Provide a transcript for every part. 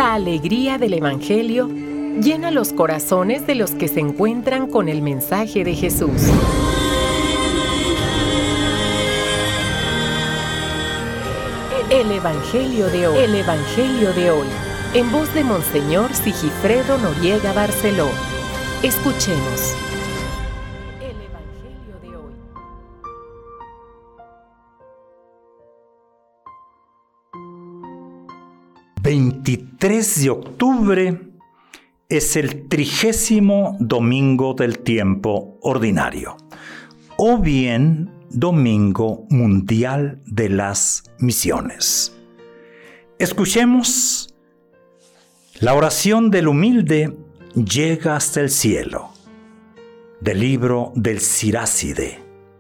La alegría del Evangelio llena los corazones de los que se encuentran con el mensaje de Jesús. El Evangelio de hoy. El Evangelio de hoy. En voz de Monseñor Sigifredo Noriega Barceló. Escuchemos. El Evangelio de hoy. ...23 de octubre... es el 30º domingo del tiempo ordinario, o bien Domingo Mundial de las Misiones. Escuchemos: la oración del humilde llega hasta el cielo, del libro del Siráside.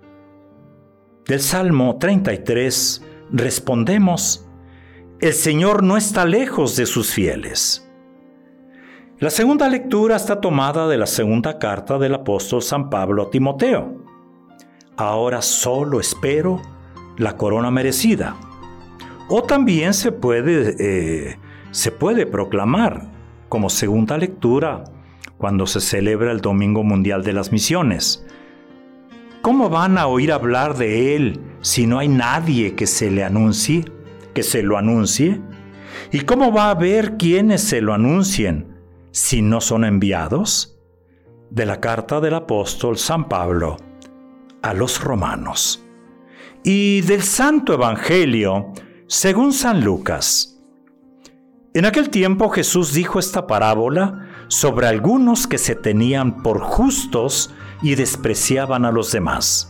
Del Salmo 33 respondemos: el Señor no está lejos de sus fieles. La segunda lectura está tomada de la segunda carta del apóstol San Pablo a Timoteo. Ahora solo espero la corona merecida. O también se puede proclamar como segunda lectura cuando se celebra el Domingo Mundial de las Misiones. ¿Cómo van a oír hablar de él si no hay nadie que se lo anuncie? ¿Y cómo va a haber quienes se lo anuncien si no son enviados? De la carta del apóstol San Pablo a los romanos. Y del Santo Evangelio según San Lucas. En aquel tiempo Jesús dijo esta parábola sobre algunos que se tenían por justos y despreciaban a los demás.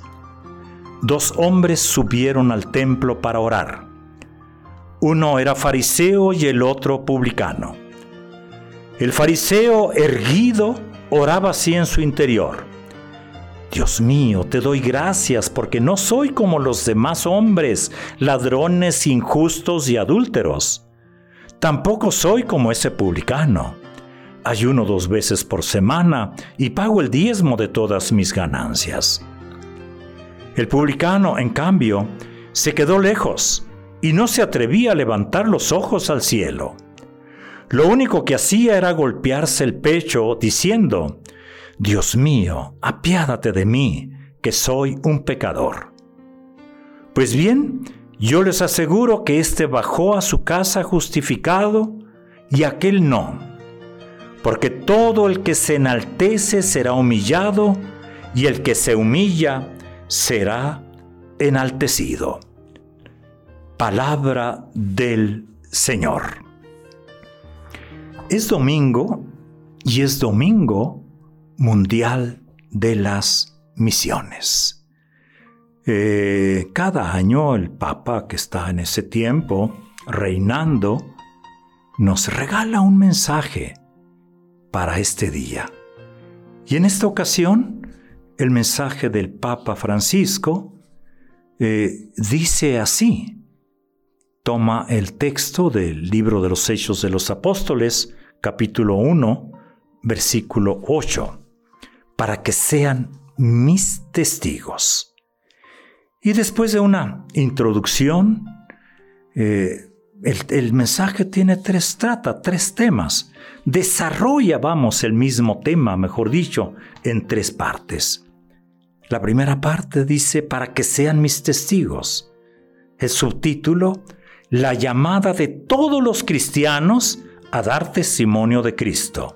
2 hombres subieron al templo para orar. Uno era fariseo y el otro publicano. El fariseo, erguido, oraba así en su interior: Dios mío, te doy gracias porque no soy como los demás hombres, ladrones, injustos y adúlteros. Tampoco soy como ese publicano. Ayuno 2 veces por semana y pago el diezmo de todas mis ganancias. El publicano, en cambio, se quedó lejos y no se atrevía a levantar los ojos al cielo. Lo único que hacía era golpearse el pecho diciendo: Dios mío, apiádate de mí, que soy un pecador. Pues bien, yo les aseguro que éste bajó a su casa justificado y aquel no. Porque todo el que se enaltece será humillado y el que se humilla será enaltecido. Palabra del Señor. Es domingo y es Domingo Mundial de las Misiones. Cada año el Papa que está en ese tiempo reinando nos regala un mensaje para este día. Y en esta ocasión el mensaje del Papa Francisco dice así. Toma el texto del libro de los Hechos de los Apóstoles, capítulo 1, versículo 8, para que sean mis testigos. Y después de una introducción, el mensaje trata 3 temas. Desarrolla, el mismo tema, mejor dicho, en 3 partes. La primera parte dice: para que sean mis testigos. El subtítulo: la llamada de todos los cristianos a dar testimonio de Cristo.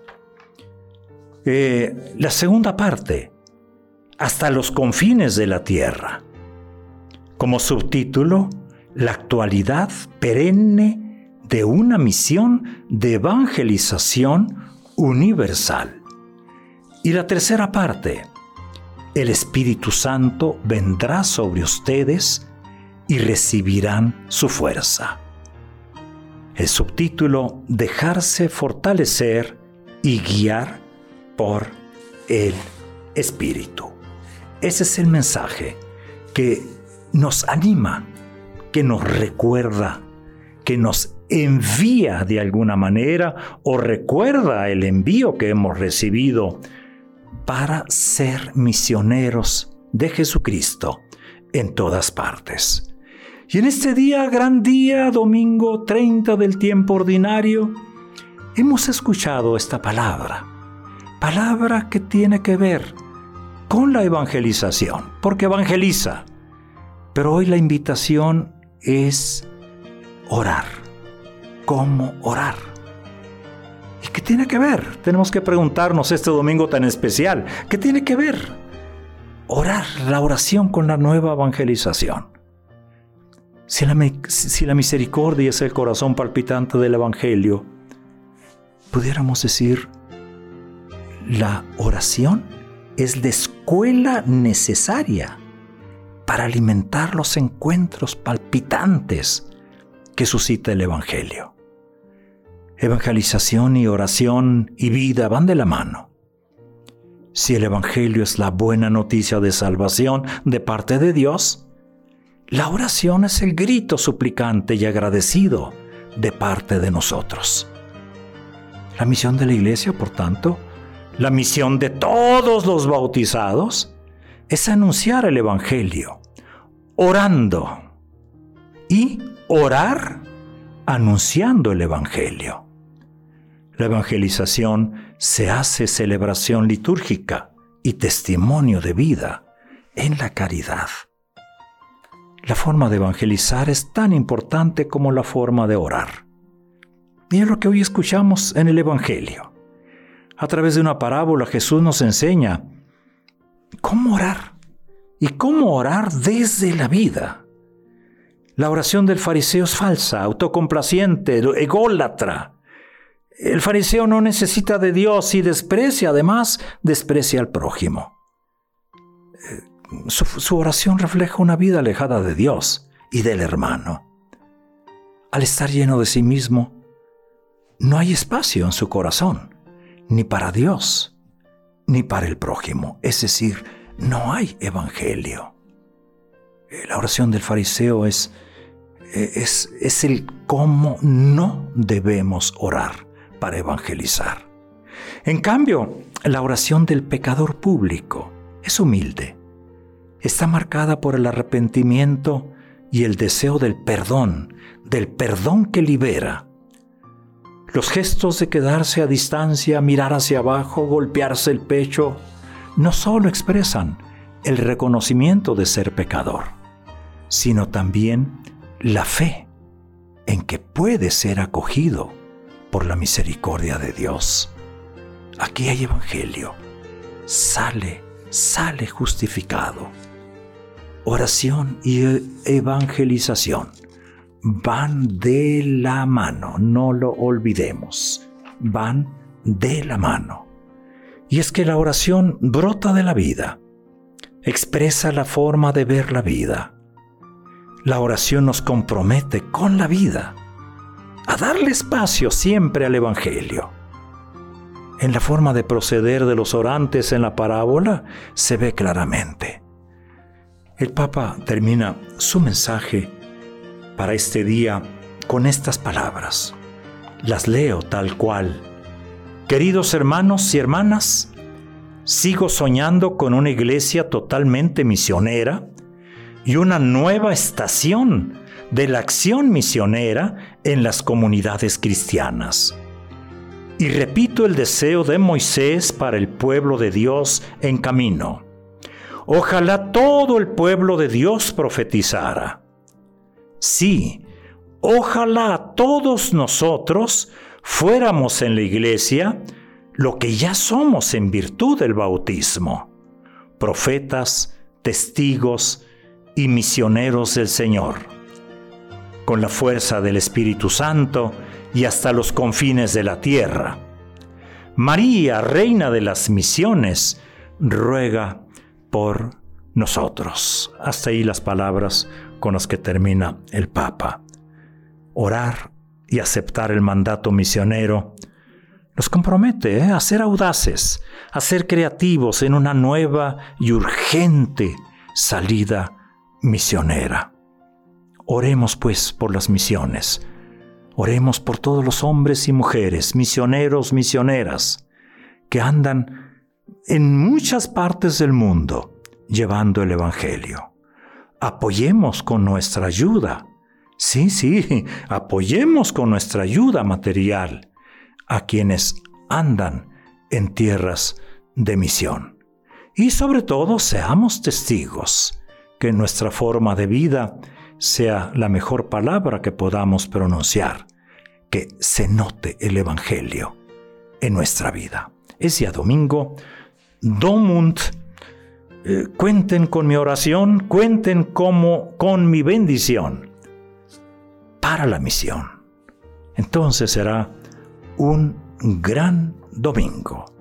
La segunda parte: hasta los confines de la tierra. Como subtítulo: la actualidad perenne de una misión de evangelización universal. Y la tercera parte: el Espíritu Santo vendrá sobre ustedes y recibirán su fuerza. El subtítulo: dejarse fortalecer y guiar por el Espíritu. Ese es el mensaje que nos anima, que nos recuerda, que nos envía de alguna manera o recuerda el envío que hemos recibido para ser misioneros de Jesucristo en todas partes. Y en este día, gran día, domingo 30 del tiempo ordinario, hemos escuchado esta palabra que tiene que ver con la evangelización, porque evangeliza. Pero hoy la invitación es orar. ¿Cómo orar? ¿Y qué tiene que ver? Tenemos que preguntarnos este domingo tan especial, ¿qué tiene que ver orar, la oración con la nueva evangelización? Si la misericordia es el corazón palpitante del Evangelio, pudiéramos decir, la oración es la escuela necesaria para alimentar los encuentros palpitantes que suscita el Evangelio. Evangelización y oración y vida van de la mano. Si el Evangelio es la buena noticia de salvación de parte de Dios, la oración es el grito suplicante y agradecido de parte de nosotros. La misión de la Iglesia, por tanto, la misión de todos los bautizados, es anunciar el Evangelio, orando, y orar anunciando el Evangelio. La evangelización se hace celebración litúrgica y testimonio de vida en la caridad. La forma de evangelizar es tan importante como la forma de orar. Y es lo que hoy escuchamos en el Evangelio. A través de una parábola Jesús nos enseña cómo orar y cómo orar desde la vida. La oración del fariseo es falsa, autocomplaciente, ególatra. El fariseo no necesita de Dios y además desprecia al prójimo. Su oración refleja una vida alejada de Dios y del hermano. Al estar lleno de sí mismo, no hay espacio en su corazón, ni para Dios, ni para el prójimo. Es decir, no hay evangelio. La oración del fariseo es el cómo no debemos orar para evangelizar. En cambio, la oración del pecador público es humilde. Está marcada por el arrepentimiento y el deseo del perdón que libera. Los gestos de quedarse a distancia, mirar hacia abajo, golpearse el pecho, no solo expresan el reconocimiento de ser pecador, sino también la fe en que puede ser acogido por la misericordia de Dios. Aquí hay evangelio. Sale justificado. Oración y evangelización van de la mano, no lo olvidemos, van de la mano. Y es que la oración brota de la vida, expresa la forma de ver la vida. La oración nos compromete con la vida, a darle espacio siempre al Evangelio. En la forma de proceder de los orantes en la parábola se ve claramente. El Papa termina su mensaje para este día con estas palabras. Las leo tal cual. Queridos hermanos y hermanas, sigo soñando con una iglesia totalmente misionera y una nueva estación de la acción misionera en las comunidades cristianas. Y repito el deseo de Moisés para el pueblo de Dios en camino. Ojalá todo el pueblo de Dios profetizara. Sí, ojalá todos nosotros fuéramos en la iglesia lo que ya somos en virtud del bautismo, profetas, testigos y misioneros del Señor, con la fuerza del Espíritu Santo y hasta los confines de la tierra. María, Reina de las Misiones, ruega por nosotros. Hasta ahí las palabras con las que termina el Papa. Orar y aceptar el mandato misionero nos compromete a ser audaces, a ser creativos en una nueva y urgente salida misionera. Oremos pues por las misiones. Oremos por todos los hombres y mujeres, misioneros, misioneras, que andan en muchas partes del mundo llevando el Evangelio. Apoyemos con nuestra ayuda. Sí, apoyemos con nuestra ayuda material a quienes andan en tierras de misión. Y sobre todo, seamos testigos que nuestra forma de vida sea la mejor palabra que podamos pronunciar, que se note el Evangelio en nuestra vida. Es día domingo. Domund, cuenten con mi oración, cuenten con mi bendición para la misión. Entonces será un gran domingo.